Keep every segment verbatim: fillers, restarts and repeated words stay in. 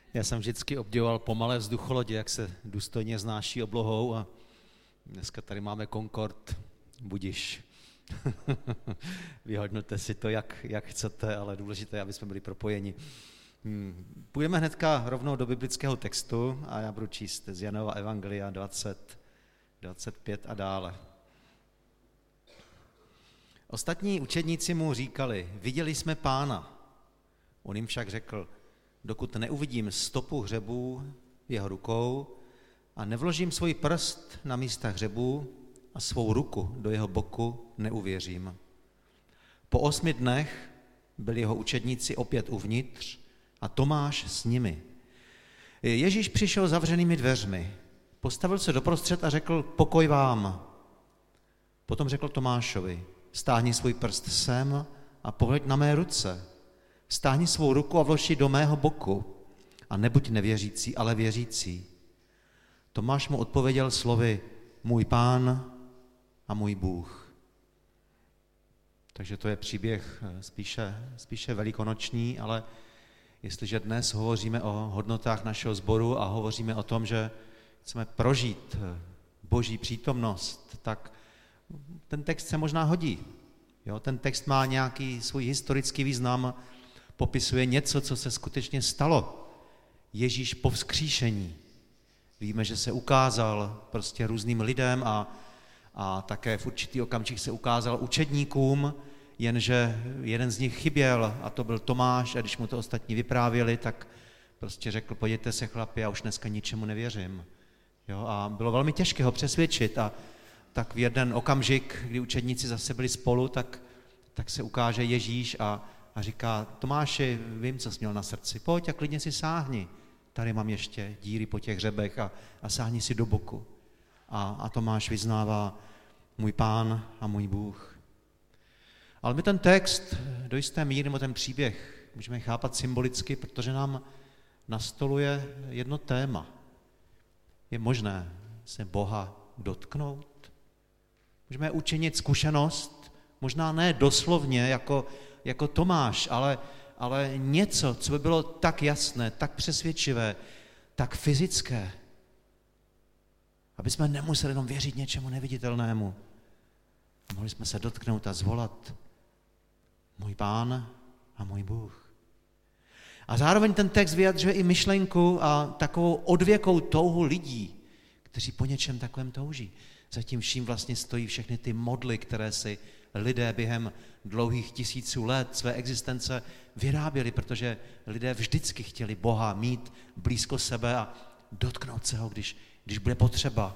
Já jsem vždycky obdivoval pomalé vzducholodě, jak se důstojně znáší oblohou a dneska tady máme Concorde, budiš. Vyhodnoťte si to, jak, jak chcete, ale důležité, aby jsme byli propojeni. Hmm. Půjdeme hnedka rovnou do biblického textu a já budu číst z Janova Evangelia dvacet, dvacet pět a dále. Ostatní učedníci mu říkali, viděli jsme Pána. On jim však řekl, dokud neuvidím stopu hřebů v jeho rukou a nevložím svůj prst na místa hřebů a svou ruku do jeho boku, neuvěřím. Po osmi dnech byli jeho učedníci opět uvnitř a Tomáš s nimi. Ježíš přišel zavřenými dveřmi, postavil se doprostřed a řekl, pokoj vám. Potom řekl Tomášovi, stáhni svůj prst sem a pohled na mé ruce. Stáhni svou ruku a vlož ji do mého boku a nebuď nevěřící, ale věřící. Tomáš mu odpověděl slovy, můj Pán a můj Bůh. Takže to je příběh spíše, spíše velikonoční, ale jestliže dnes hovoříme o hodnotách našeho sboru a hovoříme o tom, že chceme prožít Boží přítomnost, tak ten text se možná hodí. Jo, ten text má nějaký svůj historický význam, popisuje něco, co se skutečně stalo. Ježíš po vzkříšení. Víme, že se ukázal prostě různým lidem a, a také v určitý okamžik se ukázal učedníkům, jenže jeden z nich chyběl a to byl Tomáš a když mu to ostatní vyprávěli, tak prostě řekl, podívejte se chlapi, já už dneska ničemu nevěřím. Jo, a bylo velmi těžké ho přesvědčit a tak v jeden okamžik, kdy učedníci zase byli spolu, tak, tak se ukáže Ježíš a, a říká, Tomáši, vím, co jsi měl na srdci, pojď a klidně si sáhni. Tady mám ještě díry po těch hřebech a, a sáhni si do boku. A, a Tomáš vyznává, můj Pán a můj Bůh. Ale my ten text do jisté míry, nebo ten příběh, můžeme chápat symbolicky, protože nám nastoluje jedno téma. Je možné se Boha dotknout? Můžeme učinit zkušenost, možná ne doslovně jako, jako Tomáš, ale, ale něco, co by bylo tak jasné, tak přesvědčivé, tak fyzické, aby jsme nemuseli jenom věřit něčemu neviditelnému. A mohli jsme se dotknout a zvolat můj Pán a můj Bůh. A zároveň ten text vyjadřuje i myšlenku a takovou odvěkou touhu lidí, kteří po něčem takovém touží. Zatím vším vlastně stojí všechny ty modly, které si lidé během dlouhých tisíců let své existence vyráběli, protože lidé vždycky chtěli Boha mít blízko sebe a dotknout se ho, když, když bude potřeba.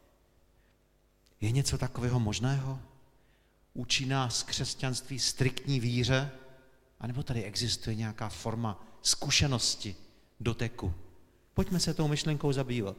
Je něco takového možného? Učí nás křesťanství striktní víře? A nebo tady existuje nějaká forma zkušenosti, doteku? Pojďme se tou myšlenkou zabývat.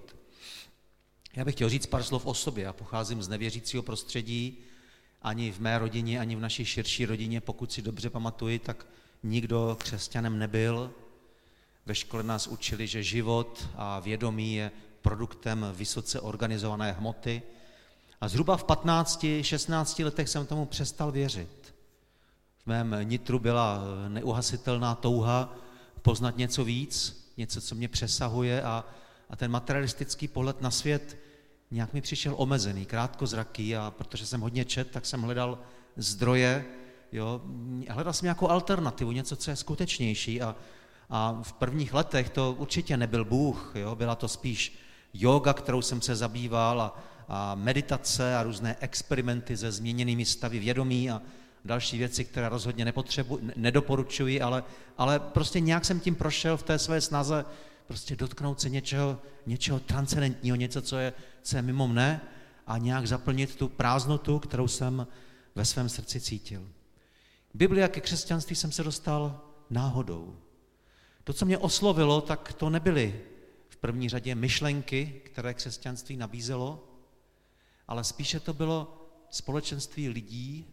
Já bych chtěl říct pár slov o sobě. Já pocházím z nevěřícího prostředí, ani v mé rodině, ani v naší širší rodině, pokud si dobře pamatuji, tak nikdo křesťanem nebyl. Ve škole nás učili, že život a vědomí je produktem vysoce organizované hmoty. A zhruba v patnácti, šestnácti letech jsem tomu přestal věřit. V mém nitru byla neuhasitelná touha poznat něco víc, něco, co mě přesahuje a, a ten materialistický pohled na svět nějak mi přišel omezený, krátkozraký a protože jsem hodně čet, tak jsem hledal zdroje, jo, hledal jsem nějakou alternativu, něco, co je skutečnější a, a v prvních letech to určitě nebyl Bůh, jo, byla to spíš jóga, kterou jsem se zabýval a, a meditace a různé experimenty se změněnými stavy vědomí a další věci, které rozhodně nepotřebuji, nedoporučuji, ale, ale prostě nějak jsem tím prošel v té své snaze prostě dotknout se něčeho, něčeho transcendentního, něco, co je, co je mimo mne a nějak zaplnit tu prázdnotu, kterou jsem ve svém srdci cítil. K Bibli a ke křesťanství jsem se dostal náhodou. To, co mě oslovilo, tak to nebyly v první řadě myšlenky, které křesťanství nabízelo, ale spíše to bylo společenství lidí,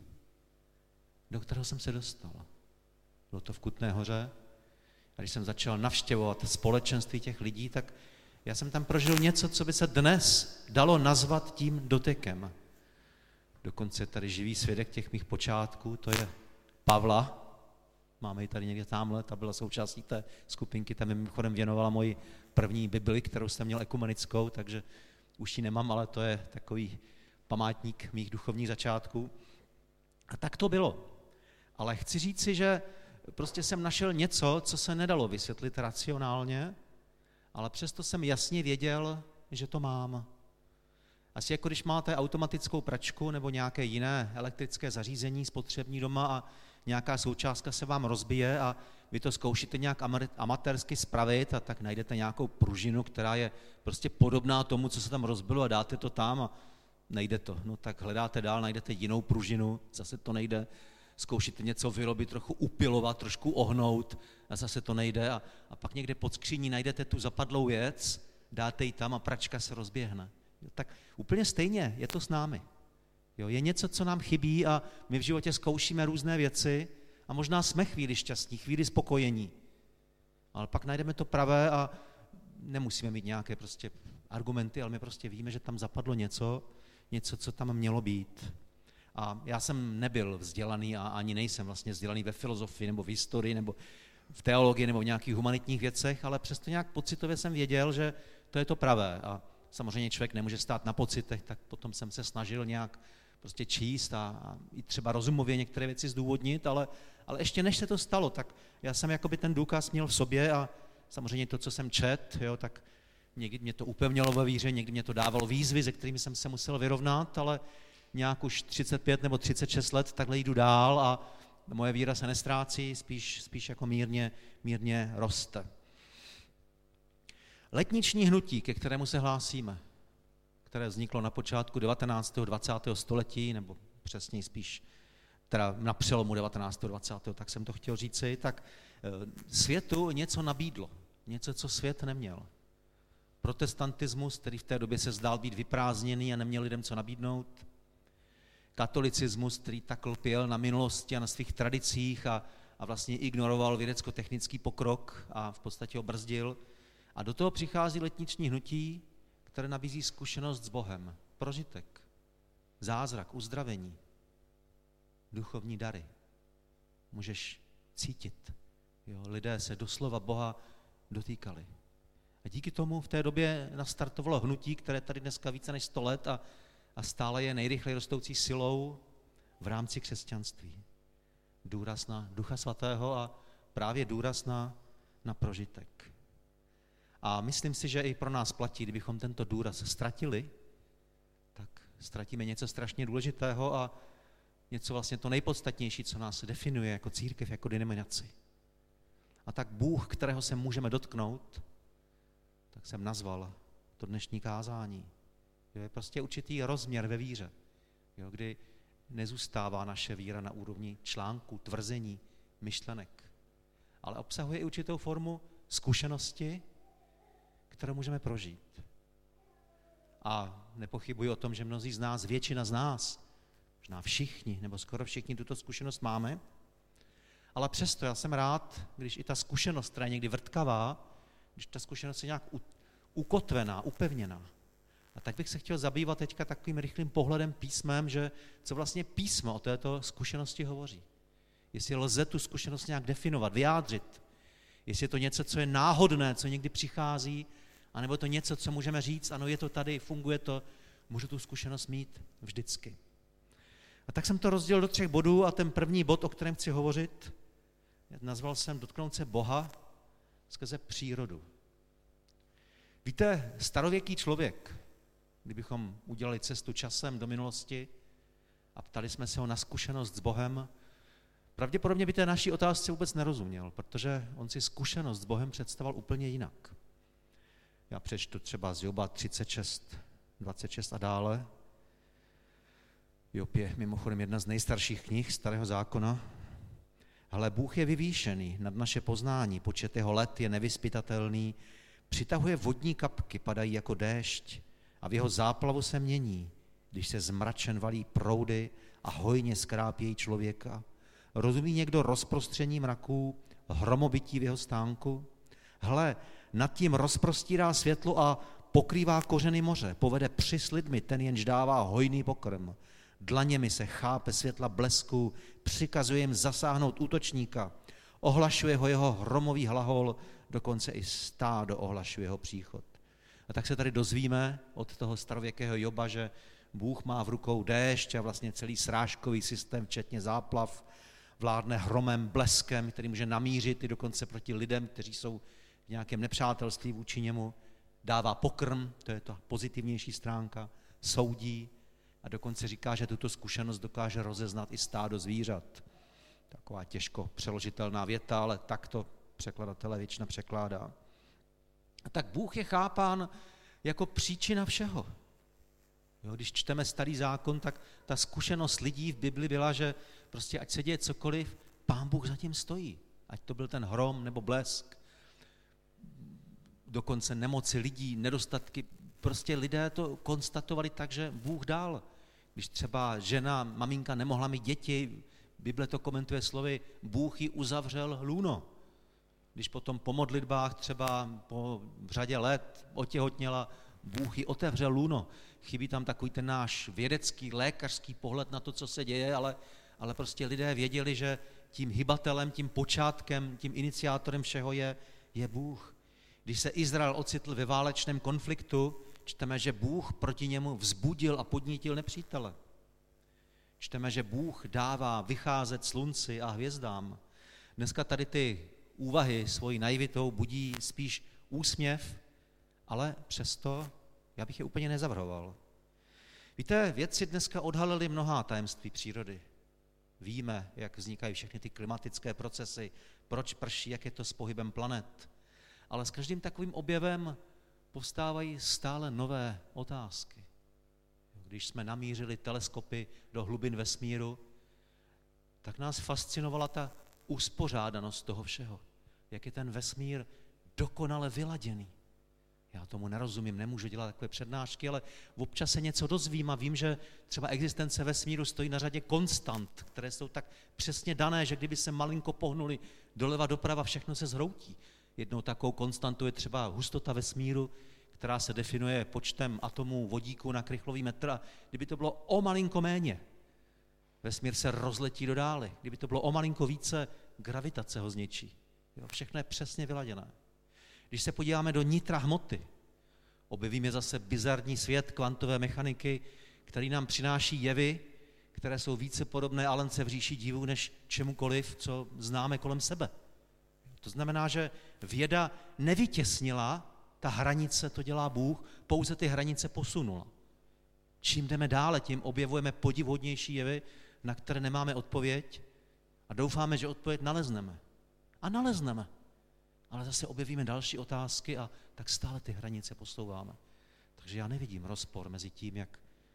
do kterého jsem se dostal. Bylo to v Kutné Hoře. A když jsem začal navštěvovat společenství těch lidí, tak já jsem tam prožil něco, co by se dnes dalo nazvat tím dotekem. Dokonce tady živý svědek těch mých počátků, to je Pavla, máme ji tady někde tamhle, ta byla součástí té skupinky, tam mimochodem věnovala moji první Bibli, kterou jsem měl ekumenickou, takže už ji nemám, ale to je takový památník mých duchovních začátků. A tak to bylo. Ale chci říci, že prostě jsem našel něco, co se nedalo vysvětlit racionálně, ale přesto jsem jasně věděl, že to mám. Asi jako když máte automatickou pračku nebo nějaké jiné elektrické zařízení spotřební doma a nějaká součástka se vám rozbije a vy to zkoušíte nějak amatérsky spravit a tak najdete nějakou pružinu, která je prostě podobná tomu, co se tam rozbilo a dáte to tam a nejde to. No tak hledáte dál, najdete jinou pružinu, zase to nejde. Zkoušíte něco vyrobit, trochu upilovat, trošku ohnout a zase to nejde a, a pak někde pod skříní najdete tu zapadlou věc, dáte ji tam a pračka se rozběhne. Jo, tak úplně stejně je to s námi. Jo, je něco, co nám chybí a my v životě zkoušíme různé věci a možná jsme chvíli šťastní, chvíli spokojení. Ale pak najdeme to pravé a nemusíme mít nějaké prostě argumenty, ale my prostě víme, že tam zapadlo něco, něco, co tam mělo být. A já jsem nebyl vzdělaný a ani nejsem vlastně vzdělaný ve filozofii nebo v historii nebo v teologii nebo v nějakých humanitních věcech, ale přesto nějak pocitově jsem věděl, že to je to pravé. A samozřejmě člověk nemůže stát na pocitech, tak potom jsem se snažil nějak prostě číst a, a i třeba rozumově některé věci zdůvodnit, ale, ale ještě než se to stalo, tak já jsem jakoby ten důkaz měl v sobě a samozřejmě to, co jsem čet, jo, tak někdy mě to upevnilo ve víře, někdy mě to dávalo výzvy, se kterými jsem se musel vyrovnat, ale nějak už třicet pět nebo třicet šest let takhle jdu dál a moje víra se nestrácí, spíš, spíš jako mírně, mírně roste. Letniční hnutí, ke kterému se hlásíme, které vzniklo na počátku devatenáctého dvacátého století, nebo přesněji spíš teda na přelomu devatenáctého dvacátého tak jsem to chtěl říci, tak světu něco nabídlo, něco, co svět neměl. Protestantismus, který v té době se zdál být vyprázdněný a neměl lidem co nabídnout, katolicismus, který tak lpěl na minulosti a na svých tradicích a, a vlastně ignoroval vědecko-technický pokrok a v podstatě ho brzdil. A do toho přichází letniční hnutí, které nabízí zkušenost s Bohem, prožitek, zázrak, uzdravení, duchovní dary. Můžeš cítit. Jo, lidé se doslova Boha dotýkali. A díky tomu v té době nastartovalo hnutí, které tady dneska více než sto let a, a stále je nejrychleji rostoucí silou v rámci křesťanství. Důraz na Ducha Svatého a právě důraz na, na prožitek. A myslím si, že i pro nás platí, kdybychom tento důraz ztratili, tak ztratíme něco strašně důležitého a něco vlastně to nejpodstatnější, co nás definuje jako církev, jako denominaci. A tak Bůh, kterého se můžeme dotknout, tak jsem nazval to dnešní kázání. Jo, je prostě určitý rozměr ve víře, jo, kdy nezůstává naše víra na úrovni článků, tvrzení, myšlenek, ale obsahuje i určitou formu zkušenosti, kterou můžeme prožít. A nepochybuji o tom, že mnozí z nás, většina z nás, možná všichni, nebo skoro všichni tuto zkušenost máme, ale přesto já jsem rád, když i ta zkušenost, která je někdy vrtkavá, když ta zkušenost je nějak ukotvená, upevněná. A tak bych se chtěl zabývat teďka takovým rychlým pohledem písmem, že co vlastně písmo o této zkušenosti hovoří. Jestli lze tu zkušenost nějak definovat, vyjádřit. Jestli je to něco, co je náhodné, co někdy přichází, anebo je to něco, co můžeme říct, ano, je to tady, funguje to, můžu tu zkušenost mít vždycky. A tak jsem to rozdělil do třech bodů a ten první bod, o kterém chci hovořit, nazval jsem dotknout se Boha skrze přírodu. Víte, starověký člověk, kdybychom udělali cestu časem do minulosti a ptali jsme se ho na zkušenost s Bohem, pravděpodobně by té naší otázce vůbec nerozuměl, protože on si zkušenost s Bohem představoval úplně jinak. Já přečtu třeba z Joba třicet šest, dvacet šest a dále. Job je mimochodem jedna z nejstarších knih Starého zákona. Hle, Bůh je vyvýšený nad naše poznání, počet jeho let je nevyzpytatelný, přitahuje vodní kapky, padají jako déšť a v jeho záplavu se mění, když se zmračen valí proudy a hojně skrápějí člověka. Rozumí někdo rozprostření mraků, hromobytí v jeho stánku? Hle, nad tím rozprostírá světlo a pokrývá kořeny moře, povede při s lidmi, ten jenž dává hojný pokrm. Dlaněmi se chápe světla blesku, přikazuje jim zasáhnout útočníka. Ohlašuje ho jeho hromový hlahol, dokonce i stádo ohlašuje jeho příchod. A tak se tady dozvíme od toho starověkého Joba, že Bůh má v rukou déšť a vlastně celý srážkový systém, včetně záplav, vládne hromem, bleskem, který může namířit i dokonce proti lidem, kteří jsou v nějakém nepřátelství vůči němu. Dává pokrm, to je ta pozitivnější stránka, soudí a dokonce říká, že tuto zkušenost dokáže rozeznat i stádo zvířat. Taková těžko přeložitelná věta, ale tak to překladatelé většina překládá. A tak Bůh je chápán jako příčina všeho. Jo, když čteme Starý zákon, tak ta zkušenost lidí v Bibli byla, že prostě ať se děje cokoliv, Pán Bůh zatím stojí. Ať to byl ten hrom nebo blesk, dokonce nemoci lidí, nedostatky. Prostě lidé to konstatovali tak, že Bůh dal. Když třeba žena, maminka nemohla mít děti, Bible to komentuje slovy, Bůh ji uzavřel lůno. Když potom po modlitbách třeba po řadě let otěhotněla, Bůh ji otevřel lůno. Chybí tam takový ten náš vědecký, lékařský pohled na to, co se děje, ale, ale prostě lidé věděli, že tím hybatelem, tím počátkem, tím iniciátorem všeho je, je Bůh. Když se Izrael ocitl ve válečném konfliktu, čteme, že Bůh proti němu vzbudil a podnítil nepřítele. Čteme, že Bůh dává vycházet slunci a hvězdám. Dneska tady ty úvahy svojí naivitou budí spíš úsměv, ale přesto já bych je úplně nezavrhoval. Víte, vědci dneska odhalili mnohá tajemství přírody. Víme, jak vznikají všechny ty klimatické procesy, proč prší, jak je to s pohybem planet. Ale s každým takovým objevem povstávají stále nové otázky. Když jsme namířili teleskopy do hlubin vesmíru, tak nás fascinovala ta uspořádanost toho všeho. Jak je ten vesmír dokonale vyladěný. Já tomu nerozumím, nemůžu dělat takové přednášky, ale občas se něco dozvím a vím, že třeba existence vesmíru stojí na řadě konstant, které jsou tak přesně dané, že kdyby se malinko pohnuli doleva doprava, všechno se zhroutí. Jednou takovou konstantou je třeba hustota vesmíru, která se definuje počtem atomů vodíku na krychlový metr. A kdyby to bylo o malinko méně, vesmír se rozletí do dály. Kdyby to bylo o malinko více, gravitace ho zničí. Jo, všechno je přesně vyladěné. Když se podíváme do nitra hmoty, objevíme zase bizarní svět kvantové mechaniky, který nám přináší jevy, které jsou více podobné Alence v říši divů, než čemukoliv, co známe kolem sebe. To znamená, že věda nevytěsnila ta hranice, to dělá Bůh, pouze ty hranice posunula. Čím jdeme dále, tím objevujeme podivuhodnější jevy, na které nemáme odpověď a doufáme, že odpověď nalezneme. A nalezneme. Ale zase objevíme další otázky a tak stále ty hranice posouváme. Takže já nevidím rozpor mezi tím, jak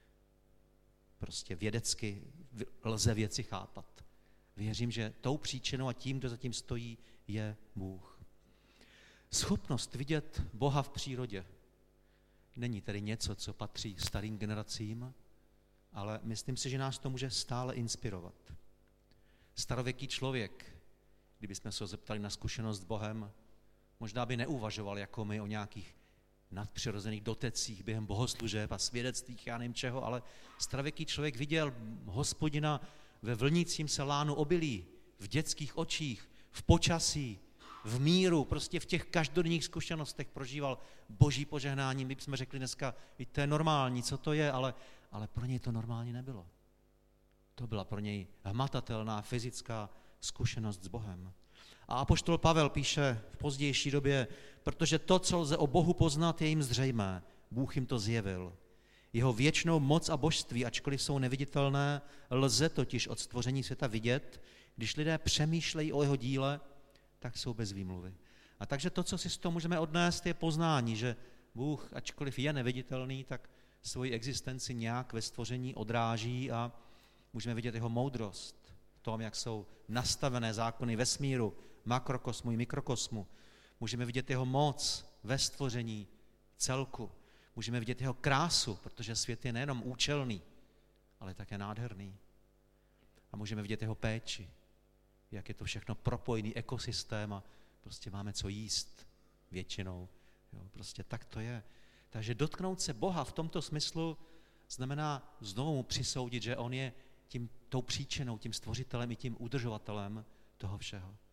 prostě vědecky lze věci chápat. Věřím, že tou příčinou a tím, kdo zatím stojí, je Bůh. Schopnost vidět Boha v přírodě není tedy něco, co patří starým generacím, ale myslím si, že nás to může stále inspirovat. Starověký člověk, kdybychom se ho zeptali na zkušenost s Bohem, možná by neuvažoval jako my o nějakých nadpřirozených dotecích během bohoslužeb a svědectvích, já nevím čeho, ale starověký člověk viděl Hospodina ve vlnícím se lánu obilí, v dětských očích, v počasí, v míru, prostě v těch každodenních zkušenostech prožíval boží požehnání. My bychom řekli dneska, to je normální, co to je, ale, ale pro něj to normální nebylo. To byla pro něj hmatatelná fyzická zkušenost s Bohem. A apoštol Pavel píše v pozdější době, protože to, co lze o Bohu poznat, je jim zřejmé. Bůh jim to zjevil. Jeho věčnou moc a božství, ačkoliv jsou neviditelné, lze totiž od stvoření světa vidět. Když lidé přemýšlejí o jeho díle, tak jsou bez výmluvy. A takže to, co si z toho můžeme odnést, je poznání, že Bůh, ačkoliv je neviditelný, tak svoji existenci nějak ve stvoření odráží a můžeme vidět jeho moudrost v tom, jak jsou nastavené zákony vesmíru, makrokosmu i mikrokosmu. Můžeme vidět jeho moc ve stvoření celku. Můžeme vidět jeho krásu, protože svět je nejenom účelný, ale také nádherný. A můžeme vidět jeho péči, jak je to všechno propojený ekosystém a prostě máme co jíst většinou. Jo, prostě tak to je. Takže dotknout se Boha v tomto smyslu znamená znovu mu přisoudit, že on je tím, tou příčinou, tím stvořitelem i tím udržovatelem toho všeho.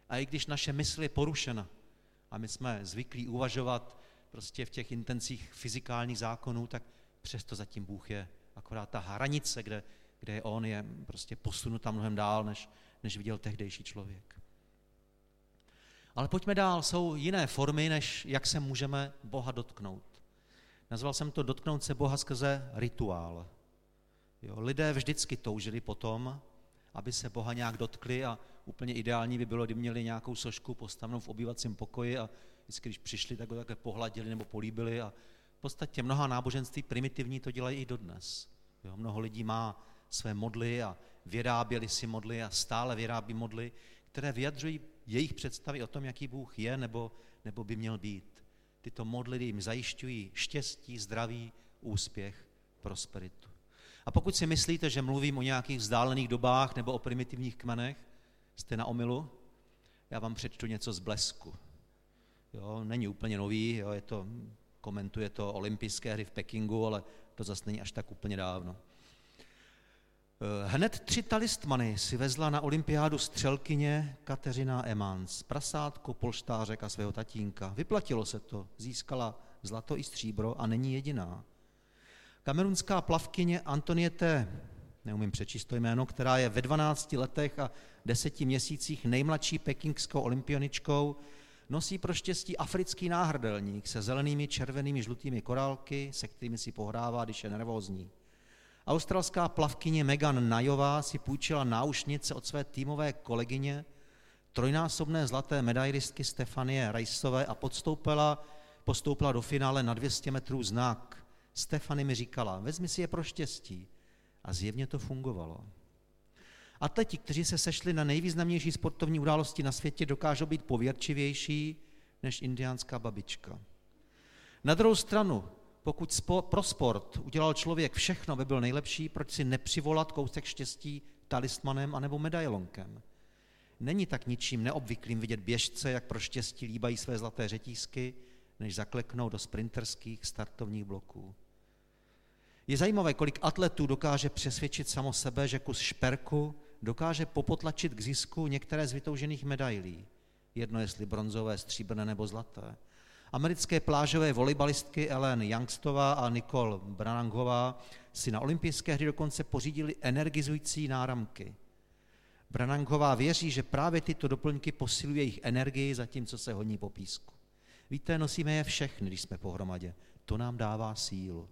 A i když naše mysl je porušena a my jsme zvyklí uvažovat prostě v těch intencích fyzikálních zákonů, tak přesto zatím Bůh je. Akorát ta hranice, kde, kde je on, je prostě posunuta mnohem dál, než, než viděl tehdejší člověk. Ale pojďme dál, jsou jiné formy, než jak se můžeme Boha dotknout. Nazval jsem to dotknout se Boha skrze rituál. Jo, lidé vždycky toužili potom, aby se Boha nějak dotkli a úplně ideální by bylo, kdyby měli nějakou sošku postavenou v obývacím pokoji a vždycky, když přišli, tak ho také pohladili nebo políbili a v podstatě mnoha náboženství primitivní to dělají i dodnes. Jo, mnoho lidí má své modly a vyráběli si modly a stále vyrábí modly, které vyjadřují jejich představy o tom, jaký Bůh je nebo, nebo by měl být. Tyto modly jim zajišťují štěstí, zdraví, úspěch, prosperitu. A pokud si myslíte, že mluvím o nějakých vzdálených dobách nebo o primitivních kmenech, jste na omylu, já vám přečtu něco z Blesku. Jo, není úplně nový, jo, je to, komentuje to olympijské hry v Pekingu, ale to zase není až tak úplně dávno. Hned tři talismany si vezla na olympiádu střelkyně Kateřina Emans, prasátko, polštářek a svého tatínka. Vyplatilo se to, získala zlato i stříbro a není jediná. Kamerunská plavkyně Antoniette, neumím přečíst to jméno, která je ve dvanácti letech a deseti měsících nejmladší pekingskou olympioničkou, nosí pro štěstí africký náhrdelník se zelenými, červenými, žlutými korálky, se kterými si pohrává, když je nervózní. Australská plavkyně Megan Najová si půjčila náušnice od své týmové kolegyně, trojnásobné zlaté medailistky Stefanie Rajsové a podstoupila, postoupila do finále na dvě stě metrů znak. Stefanie mi říkala, vezmi si je pro štěstí. A zjevně to fungovalo. Atleti, kteří se sešli na nejvýznamnější sportovní události na světě, dokážou být pověrčivější než indiánská babička. Na druhou stranu, pokud spo, pro sport udělal člověk všechno, aby byl nejlepší, proč si nepřivolat kousek štěstí talismanem anebo medailonkem? Není tak ničím neobvyklým vidět běžce, jak pro štěstí líbají své zlaté řetízky, než zakleknou do sprinterských startovních bloků. Je zajímavé, kolik atletů dokáže přesvědčit samo sebe, že kus šperku dokáže popotlačit k zisku některé z vytoužených medailí. Jedno jestli bronzové, stříbrné nebo zlaté. Americké plážové volejbalistky Ellen Youngstová a Nicole Branangová si na olympijské hry dokonce pořídili energizující náramky. Branangová věří, že právě tyto doplňky posilují jejich energii, zatímco se honí po písku. Víte, nosíme je všechny, když jsme pohromadě. To nám dává sílu.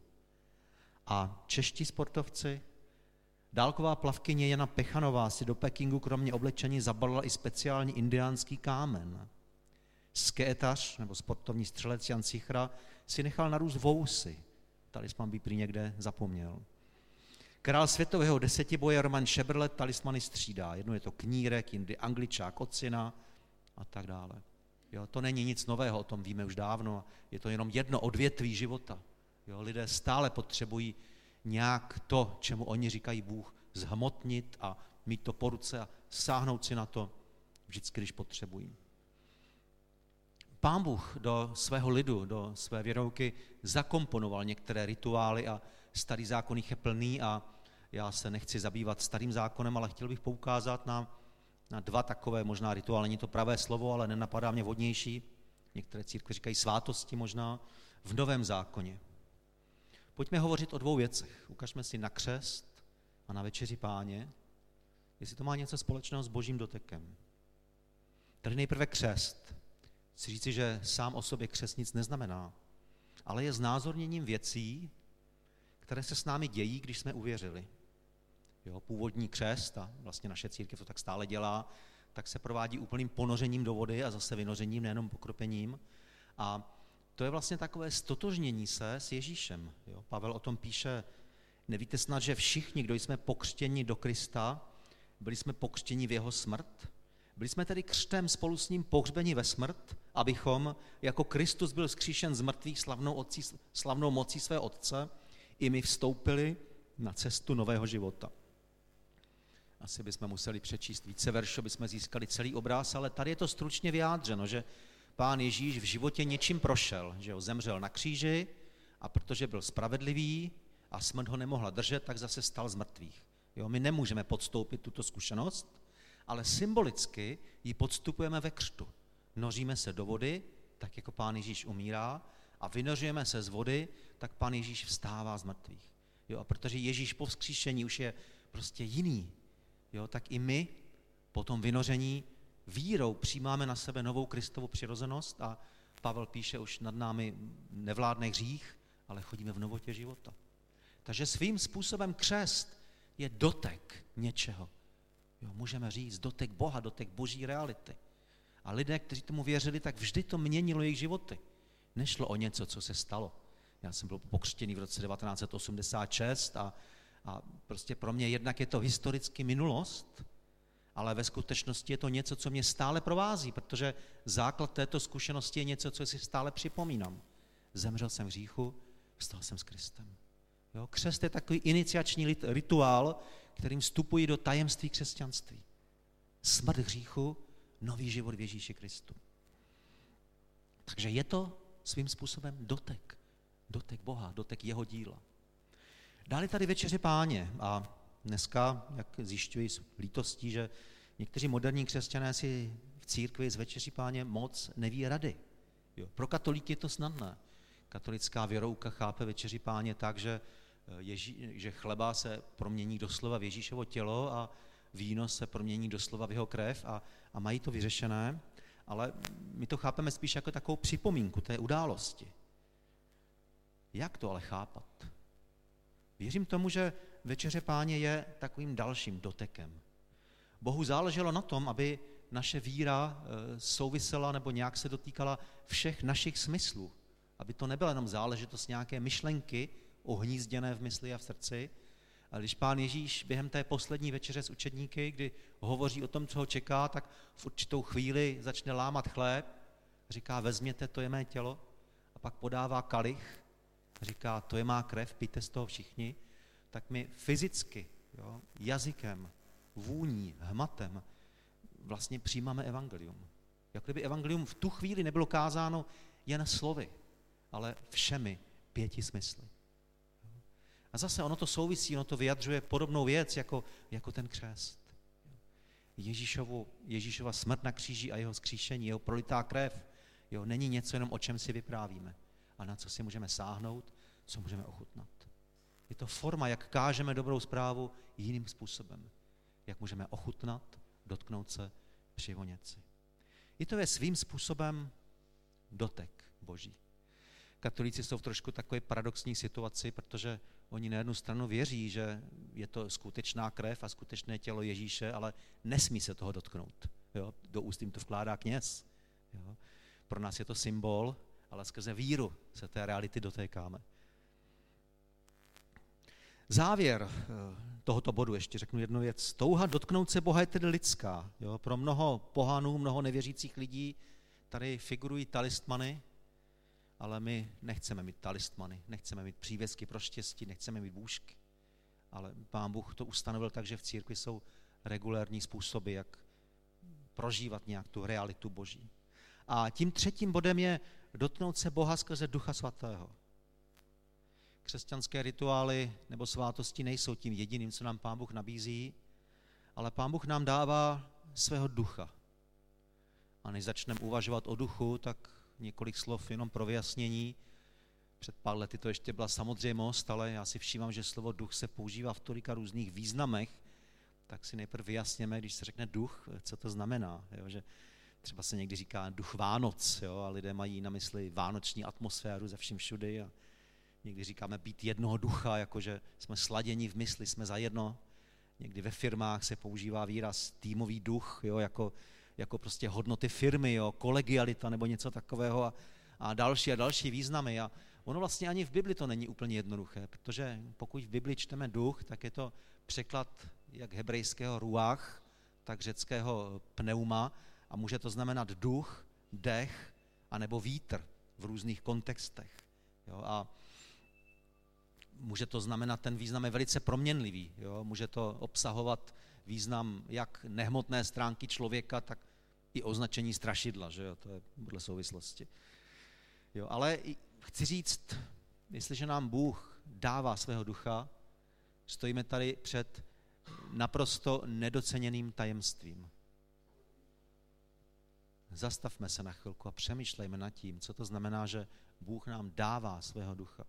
A čeští sportovci? Dálková plavkyně Jana Pechanová si do Pekingu kromě oblečení zabalila i speciální indiánský kámen. Skétař nebo sportovní střelec Jan Sichra si nechal narůst vousy. Talisman by prý někde zapomněl. Král světového desetiboje Roman Šebrlet talismany střídá. Jedno je to knírek, jindy angličák, ocina a tak dále. Jo, to není nic nového, o tom víme už dávno. Je to jenom jedno odvětví života. Jo, lidé stále potřebují nějak to, čemu oni říkají Bůh, zhmotnit a mít to po ruce a sáhnout si na to vždycky, když potřebují. Pán Bůh do svého lidu, do své věrouky zakomponoval některé rituály a starý zákon jich je plný a já se nechci zabývat starým zákonem, ale chtěl bych poukázat na, na dva takové možná rituály. Není to pravé slovo, ale nenapadá mě vhodnější. Některé církve říkají svátosti možná v Novém zákoně. Pojďme hovořit o dvou věcech. Ukažme si na křest a na večeři Páně, jestli to má něco společného s božím dotekem. Tady nejprve křest. Chci říci, že sám o sobě křest nic neznamená, ale je znázorněním věcí, které se s námi dějí, když jsme uvěřili. Jo, původní křest, a vlastně naše církev to tak stále dělá, tak se provádí úplným ponořením do vody a zase vynořením, nejenom pokropením. A to je vlastně takové stotožnění se s Ježíšem. Jo, Pavel o tom píše, nevíte snad, že všichni, kdo jsme pokřtěni do Krista, byli jsme pokřtěni v jeho smrt? Byli jsme tedy křtem spolu s ním pohřbeni ve smrt, abychom, jako Kristus byl vzkříšen z mrtvých slavnou, otcí, slavnou mocí své Otce, i my vstoupili na cestu nového života. Asi bychom museli přečíst více veršů, aby jsme získali celý obraz, ale tady je to stručně vyjádřeno, že Pán Ježíš v životě něčím prošel, že ho zemřel na kříži a protože byl spravedlivý a smrt ho nemohla držet, tak zase stal z mrtvých. Jo, my nemůžeme podstoupit tuto zkušenost, ale symbolicky ji podstupujeme ve křtu. Noříme se do vody, tak jako Pán Ježíš umírá, a vynořujeme se z vody, tak Pán Ježíš vstává z mrtvých. Jo, a protože Ježíš po vzkříšení už je prostě jiný, jo, tak i my po tom vynoření vírou přijímáme na sebe novou Kristovu přirozenost a Pavel píše, už nad námi nevládne hřích, ale chodíme v novotě života. Takže svým způsobem křest je dotek něčeho. Jo, můžeme říct dotek Boha, dotek boží reality. A lidé, kteří tomu věřili, tak vždy to měnilo jejich životy. Nešlo o něco, co se stalo. Já jsem byl pokřtěný v roce devatenáct set osmdesát šest a, a prostě pro mě jednak je to historicky minulost, ale ve skutečnosti je to něco, co mě stále provází, protože základ této zkušenosti je něco, co si stále připomínám. Zemřel jsem v hříchu, vstal jsem s Kristem. Jo? Křest je takový iniciační rituál, kterým vstupují do tajemství křesťanství. Smrt hříchu, nový život v Ježíši Kristu. Takže je to svým způsobem dotek. Dotek Boha, dotek jeho díla. Dále tady večeře Páně a dneska, jak zjišťuji s lítostí, že někteří moderní křesťané si v církvi z večeří Páně moc neví rady. Jo. Pro katolíky je to snadné. Katolická věrouka chápe večeří Páně tak, že, Ježí, že chleba se promění doslova v Ježíšovo tělo a víno se promění doslova v jeho krev a, a mají to vyřešené, ale my to chápeme spíš jako takovou připomínku té události. Jak to ale chápat? Věřím tomu, že večeře Páně je takovým dalším dotekem. Bohu záleželo na tom, aby naše víra souvisela nebo nějak se dotýkala všech našich smyslů. Aby to nebyla jenom záležitost nějaké myšlenky ohnízděné v mysli a v srdci. A když Pán Ježíš během té poslední večeře s učedníky, kdy hovoří o tom, co ho čeká, tak v určitou chvíli začne lámat chléb, říká, vezměte, to je mé tělo, a pak podává kalich, říká, to je má krev, pijte z toho všichni, tak my fyzicky, jo, jazykem, vůní, hmatem vlastně přijímáme evangelium. Jak kdyby evangelium v tu chvíli nebylo kázáno jen slovy, ale všemi pěti smysly. A zase ono to souvisí, ono to vyjadřuje podobnou věc jako, jako ten křest. Ježíšovu, Ježíšova smrt na kříži a jeho vzkříšení, jeho prolitá krev, jo, není něco jenom o čem si vyprávíme, a na co si můžeme sáhnout, co můžeme ochutnat. Je to forma, jak kážeme dobrou zprávu jiným způsobem. Jak můžeme ochutnat, dotknout se, přivonět si. Je to je svým způsobem dotek Boží. Katolíci jsou v trošku takové paradoxní situaci, protože oni na jednu stranu věří, že je to skutečná krev a skutečné tělo Ježíše, ale nesmí se toho dotknout. Jo? Do úst jim to vkládá kněz. Jo? Pro nás je to symbol, ale skrze víru se té reality dotékáme. Závěr tohoto bodu, ještě řeknu jednu věc. Touha dotknout se Boha je tedy lidská. Jo? Pro mnoho pohanů, mnoho nevěřících lidí tady figurují talismany, ale my nechceme mít talismany, nechceme mít přívěsky pro štěstí, nechceme mít bůžky. Ale Pán Bůh to ustanovil tak, že v církvi jsou regulérní způsoby, jak prožívat nějak tu realitu Boží. A tím třetím bodem je dotknout se Boha skrze Ducha Svatého. Křesťanské rituály nebo svátosti nejsou tím jediným, co nám Pán Bůh nabízí, ale Pán Bůh nám dává svého ducha. A než začneme uvažovat o duchu, tak několik slov jenom pro vyjasnění. Před pár lety to ještě byla samozřejmost, ale já si všímám, že slovo duch se používá v tolika různých významech, tak si nejprve vyjasněme, když se řekne duch, co to znamená. Jo? Že třeba se někdy říká duch Vánoc, jo? A lidé mají na mysli vánoční atmosféru ze vším všudy. A někdy říkáme být jednoho ducha, jakože jsme sladěni v mysli, jsme za jedno. Někdy ve firmách se používá výraz týmový duch, jo? Jako jako prostě hodnoty firmy, jo, kolegialita nebo něco takového a, a další a další významy. A ono vlastně ani v Bibli to není úplně jednoduché, protože pokud v Bibli čteme duch, tak je to překlad jak hebrejského ruach, tak řeckého pneuma a může to znamenat duch, dech anebo vítr v různých kontextech. Jo, a může to znamenat, ten význam je velice proměnlivý. Jo, může to obsahovat význam jak nehmotné stránky člověka, tak i označení strašidla, že jo, to je podle souvislosti. Jo, ale chci říct, jestliže nám Bůh dává svého ducha, stojíme tady před naprosto nedoceněným tajemstvím. Zastavme se na chvilku a přemýšlejme nad tím, co to znamená, že Bůh nám dává svého ducha.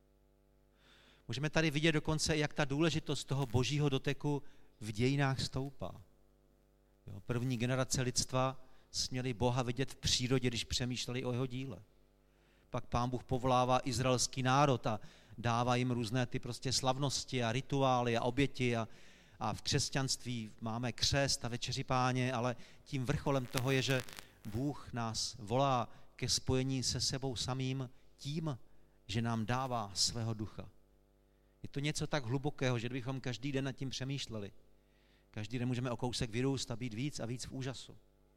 Můžeme tady vidět dokonce, jak ta důležitost toho božího doteku v dějinách stoupá. Jo, první generace lidstva směli Boha vidět v přírodě, když přemýšleli o jeho díle. Pak Pán Bůh povolává izraelský národ a dává jim různé ty prostě slavnosti a rituály a oběti a, a v křesťanství máme křest a večeři Páně, ale tím vrcholem toho je, že Bůh nás volá ke spojení se sebou samým tím, že nám dává svého ducha. Je to něco tak hlubokého, že kdybychom každý den nad tím přemýšleli, každý den můžeme o kousek vyrůst a být víc a víc v úžasu.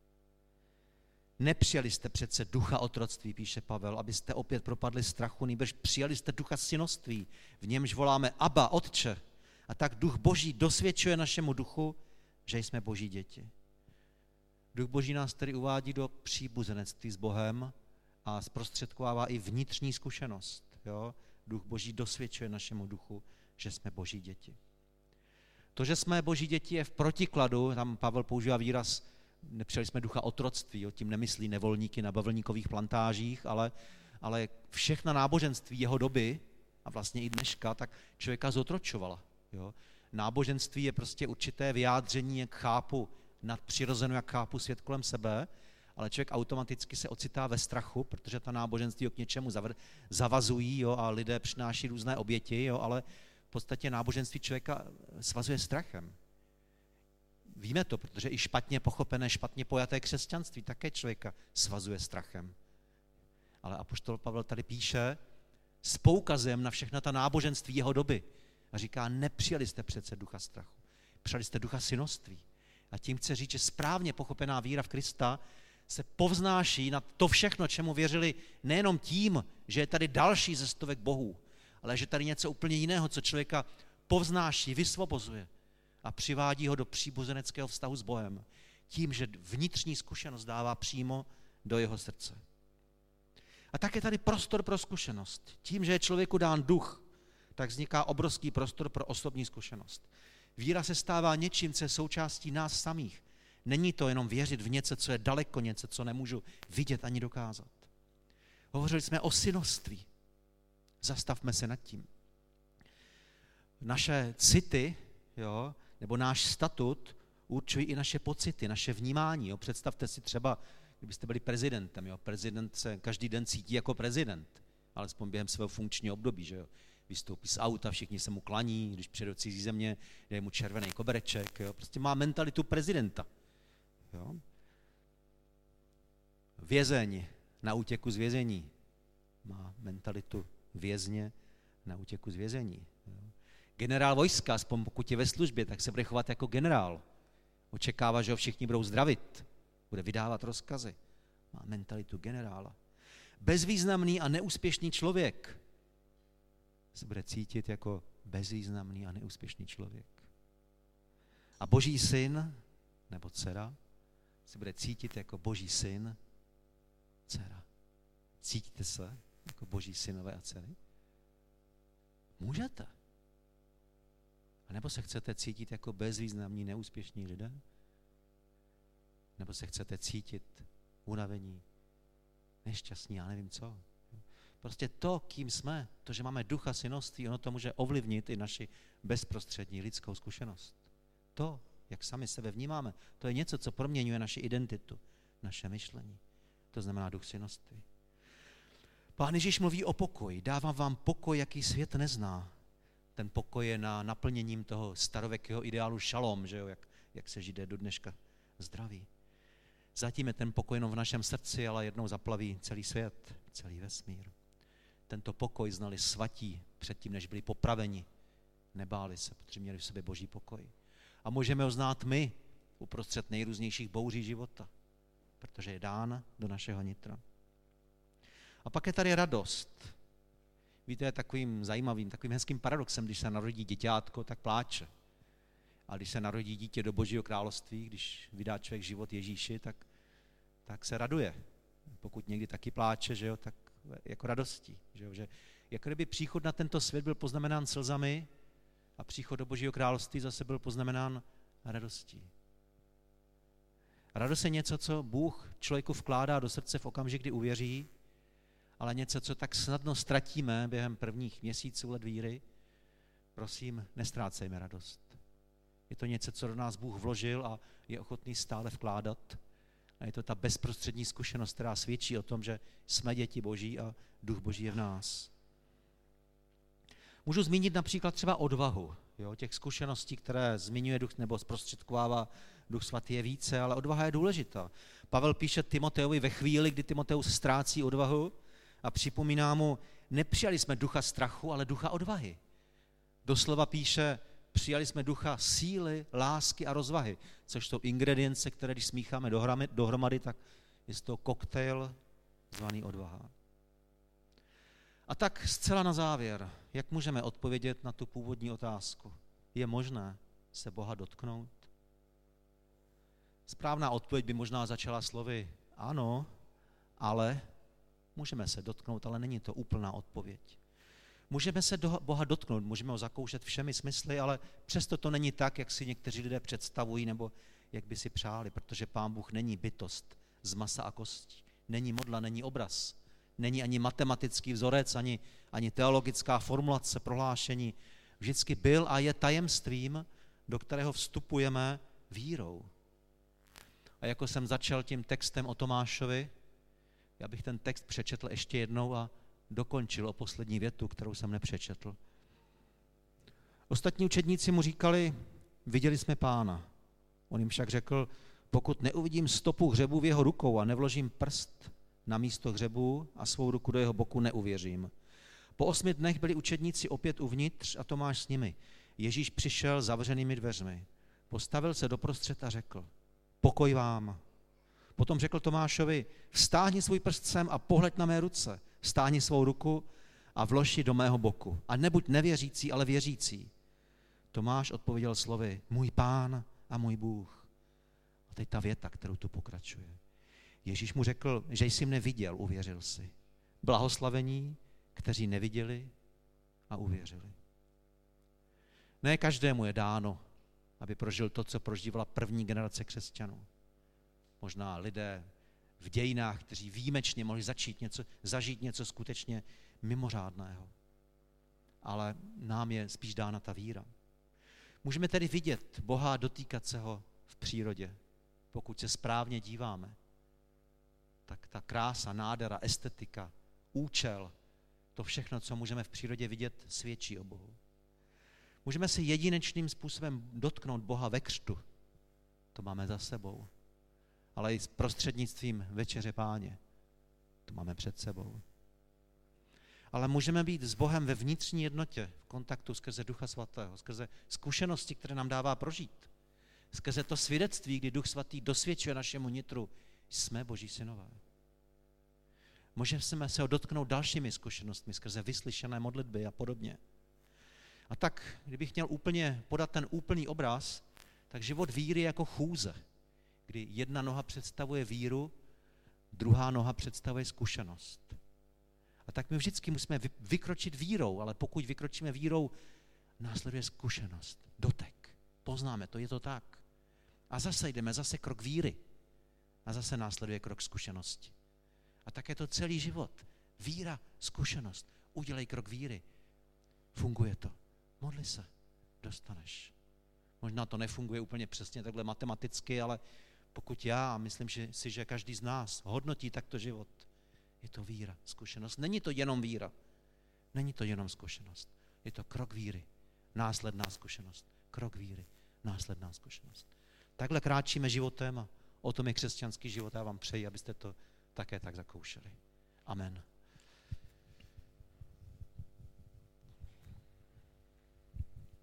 Nepřijali jste přece ducha otroctví, píše Pavel, abyste opět propadli strachu, nýbrž přijali jste ducha synoství, v němž voláme Abba, Otče. A tak duch Boží dosvědčuje našemu duchu, že jsme Boží děti. Duch Boží nás tedy uvádí do příbuzenectví s Bohem a zprostředkovává i vnitřní zkušenost. Jo? Duch Boží dosvědčuje našemu duchu, že jsme Boží děti. To, že jsme Boží děti, je v protikladu, tam Pavel používá výraz, nepřijali jsme ducha otroctví, o tím nemyslí nevolníky na bavlníkových plantážích, ale, ale všechna náboženství jeho doby, a vlastně i dneška, tak člověka zotročovala. Jo? Náboženství je prostě určité vyjádření, jak chápu nadpřirozeno, jak chápu svět kolem sebe, ale člověk automaticky se ocitá ve strachu, protože ta náboženství ho k něčemu zavazují, jo, a lidé přináší různé oběti, jo, ale v podstatě náboženství člověka svazuje strachem. Víme to, protože i špatně pochopené, špatně pojaté křesťanství také člověka svazuje strachem. Ale apoštol Pavel tady píše s poukazem na všechna ta náboženství jeho doby a říká, nepřijali jste přece ducha strachu, přijali jste ducha synoství. A tím chce říct, že správně pochopená víra v Krista se povznáší nad to všechno, čemu věřili nejenom tím, že je tady další ze stovek bohů, ale že tady něco úplně jiného, co člověka povznáší, vysvobozuje a přivádí ho do příbuzeneckého vztahu s Bohem. Tím, že vnitřní zkušenost dává přímo do jeho srdce. A tak je tady prostor pro zkušenost. Tím, že je člověku dán duch, tak vzniká obrovský prostor pro osobní zkušenost. Víra se stává něčím, co je součástí nás samých. Není to jenom věřit v něco, co je daleko, něco, co nemůžu vidět ani dokázat. Hovořili jsme o synoství. Zastavme se nad tím. Naše city, jo, nebo náš statut určují i naše pocity, naše vnímání. Jo. Představte si třeba, kdybyste byli prezidentem. Jo. Prezident se každý den cítí jako prezident, alespoň během svého funkčního období. Že jo. Vystoupí z auta, všichni se mu klaní, když přijde do cizí země, dají mu červený kobereček. Jo. Prostě má mentalitu prezidenta. Jo. Vězeň na útěku z vězení má mentalitu vězně na útěku z vězení. Jo. Generál vojska, aspoň pokud je ve službě, tak se bude chovat jako generál. Očekává, že ho všichni budou zdravit, bude vydávat rozkazy. Má mentalitu generála. Bezvýznamný a neúspěšný člověk se bude cítit jako bezvýznamný a neúspěšný člověk. A Boží syn nebo dcera se bude cítit jako Boží syn, dcera. Cítíte se jako Boží synové a dcery? Můžete. A nebo se chcete cítit jako bezvýznamní, neúspěšní lidé? Nebo se chcete cítit unavení, nešťastní, já nevím co. Prostě to, kým jsme, to, že máme ducha synoství, ono to může ovlivnit i naši bezprostřední lidskou zkušenost. To, jak sami sebe vnímáme, to je něco, co proměňuje naši identitu, naše myšlení. To znamená duch synoství. Pán Ježíš mluví o pokoji. Dávám vám pokoj, jaký svět nezná. Ten pokoj je na naplněním toho starověkého ideálu šalom, že jo, jak, jak se Židé do dneška zdraví. Zatím je ten pokoj jenom v našem srdci, ale jednou zaplaví celý svět, celý vesmír. Tento pokoj znali svatí předtím, než byli popraveni. Nebáli se, protože měli v sobě Boží pokoj. A můžeme ho znát my uprostřed nejrůznějších bouří života, protože je dán do našeho nitra. A pak je tady radost. Víte, je takovým zajímavým, takovým hezkým paradoxem, když se narodí děťátko, tak pláče. A když se narodí dítě do Božího království, když vydá člověk život Ježíši, tak, tak se raduje. Pokud někdy taky pláče, že jo, tak jako radostí. Že jo, že jako kdyby příchod na tento svět byl poznamenán slzami A příchod do Božího království zase byl poznamenán radostí. Radost je něco, co Bůh člověku vkládá do srdce v okamžik, kdy uvěří, ale něco, co tak snadno ztratíme během prvních měsíců let víry. Prosím, nestrácejme radost. Je to něco, co do nás Bůh vložil a je ochotný stále vkládat. A je to ta bezprostřední zkušenost, která svědčí o tom, že jsme děti Boží a Duch Boží je v nás. Můžu zmínit například třeba odvahu. Jo, těch zkušeností, které zmiňuje Duch nebo zprostředkovává Duch Svatý je více, ale odvaha je důležitá. Pavel píše Timoteovi ve chvíli, kdy Timoteus ztrácí odvahu a připomíná mu, nepřijali jsme ducha strachu, ale ducha odvahy. Doslova píše, přijali jsme ducha síly, lásky a rozvahy, což jsou ingredience, které když smícháme dohromady, tak je to koktejl zvaný odvaha. A tak zcela na závěr, jak můžeme odpovědět na tu původní otázku? Je možné se Boha dotknout? Správná odpověď by možná začala slovy ano, ale můžeme se dotknout, ale není to úplná odpověď. Můžeme se do Boha dotknout, můžeme ho zakoušet všemi smysly, ale přesto to není tak, jak si někteří lidé představují nebo jak by si přáli, protože Pán Bůh není bytost z masa a kostí, není modla, není obraz, není ani matematický vzorec, ani, ani teologická formulace, prohlášení. Vždycky byl a je tajemstvím, do kterého vstupujeme vírou. A jako jsem začal tím textem o Tomášovi, já bych ten text přečetl ještě jednou a dokončil o poslední větu, kterou jsem nepřečetl. Ostatní učedníci mu říkali, viděli jsme Pána. On jim však řekl, pokud neuvidím stopu hřebu v jeho rukou a nevložím prst na místo hřebu a svou ruku do jeho boku, neuvěřím. Po osmi dnech byli učedníci opět uvnitř a Tomáš s nimi. Ježíš přišel zavřenými dveřmi. Postavil se doprostřed a řekl, pokoj vám. Potom řekl Tomášovi, vstáhni svůj prst sem a pohleď na mé ruce. Vstáhni svou ruku a vlož ji do mého boku. A nebuď nevěřící, ale věřící. Tomáš odpověděl slovy, můj Pán a můj Bůh. A teď ta věta, kterou tu pokračuje. Ježíš mu řekl, že jsi mne viděl, uvěřil si. Blahoslavení, kteří neviděli a uvěřili. Ne každému je dáno, aby prožil to, co prožívala první generace křesťanů. Možná lidé v dějinách, kteří výjimečně mohli začít něco, zažít něco skutečně mimořádného. Ale nám je spíš dána ta víra. Můžeme tedy vidět Boha a dotýkat se ho v přírodě, pokud se správně díváme. Tak ta krása, nádhera, estetika, účel, to všechno, co můžeme v přírodě vidět, svědčí o Bohu. Můžeme se jedinečným způsobem dotknout Boha ve křtu. To máme za sebou. Ale i s prostřednictvím večeře Páně. To máme před sebou. Ale můžeme být s Bohem ve vnitřní jednotě, v kontaktu skrze Ducha Svatého, skrze zkušenosti, které nám dává prožít. Skrze to svědectví, kdy Duch Svatý dosvědčuje našemu nitru, jsme Boží synové. Můžeme se ho dotknout dalšími zkušenostmi, skrze vyslyšené modlitby a podobně. A tak, kdybych měl úplně podat ten úplný obraz, tak život víry je jako chůze, kdy jedna noha představuje víru, druhá noha představuje zkušenost. A tak my vždycky musíme vykročit vírou, ale pokud vykročíme vírou, následuje zkušenost, dotek. Poznáme to, je to tak. A zase jdeme, zase krok víry. A zase následuje krok zkušenosti. A tak je to celý život. Víra, zkušenost. Udělej krok víry. Funguje to. Modli se, dostaneš. Možná to nefunguje úplně přesně takhle matematicky, ale pokud já, a myslím že si, že každý z nás hodnotí takto život, je to víra, zkušenost. Není to jenom víra. Není to jenom zkušenost. Je to krok víry, následná zkušenost. Krok víry, následná zkušenost. Takhle kráčíme životem a o tom je křesťanský život. Já vám přeji, abyste to také tak zakoušeli. Amen.